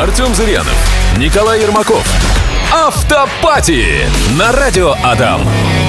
Артем Зырянов, Николай Ермаков. Автопати на радио Адам.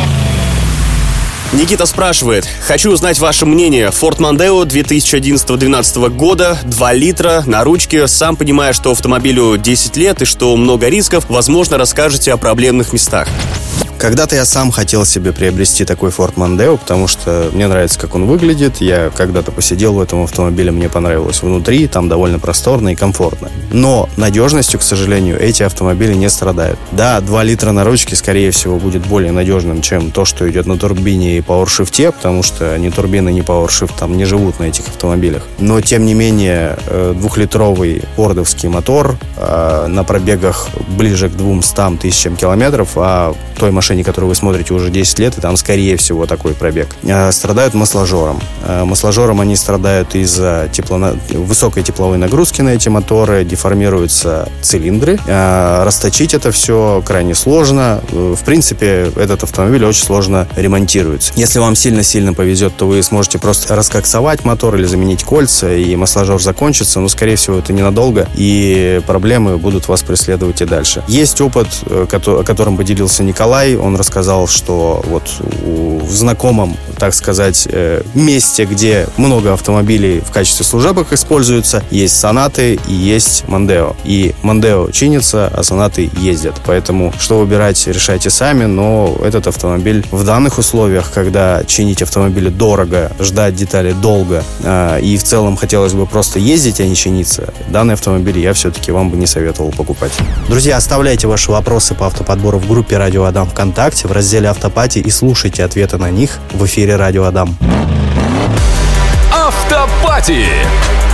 Никита спрашивает: хочу узнать ваше мнение. Ford Mondeo 2011-2012 года, 2 литра, на ручке. Сам понимаю, что автомобилю 10 лет и что много рисков. Возможно, расскажете о проблемных местах. Когда-то я сам хотел себе приобрести такой Ford Mondeo, потому что мне нравится, как он выглядит. Я когда-то посидел в этом автомобиле, мне понравилось внутри, там довольно просторно и комфортно. Но надежностью, к сожалению, эти автомобили не страдают. Да, 2 литра на ручке, скорее всего, будет более надежным, чем то, что идет на турбине и PowerShift, потому что ни турбина, ни PowerShift там не живут на этих автомобилях. Но, тем не менее, 2-литровый фордовский мотор на пробегах ближе к 200 тысячам километров, а той машине, которую вы смотрите уже 10 лет, и там, скорее всего, такой пробег, страдают масложором. Масложором они страдают из-за высокой тепловой нагрузки на эти моторы, деформируются цилиндры. Расточить это все крайне сложно. В принципе, этот автомобиль очень сложно ремонтируется. Если вам сильно-сильно повезет, то вы сможете просто раскоксовать мотор или заменить кольца, и масложор закончится, но, скорее всего, это ненадолго, и проблемы будут вас преследовать и дальше. Есть опыт, о котором поделился Николай. Он рассказал, что вот в знакомом, так сказать, месте, где много автомобилей в качестве служебок используются, есть Сонаты и есть Мондео. И Мондео чинится, а Сонаты ездят. Поэтому что выбирать, решайте сами, но этот автомобиль в данных условиях, когда чинить автомобили дорого, ждать детали долго, и в целом хотелось бы просто ездить, а не чиниться, данный автомобиль я все-таки вам бы не советовал покупать. Друзья, оставляйте ваши вопросы по автоподбору в группе Радио Адам ВКонтакте в разделе «Автопати» и слушайте ответы на них в эфире Радио Адам. Автопати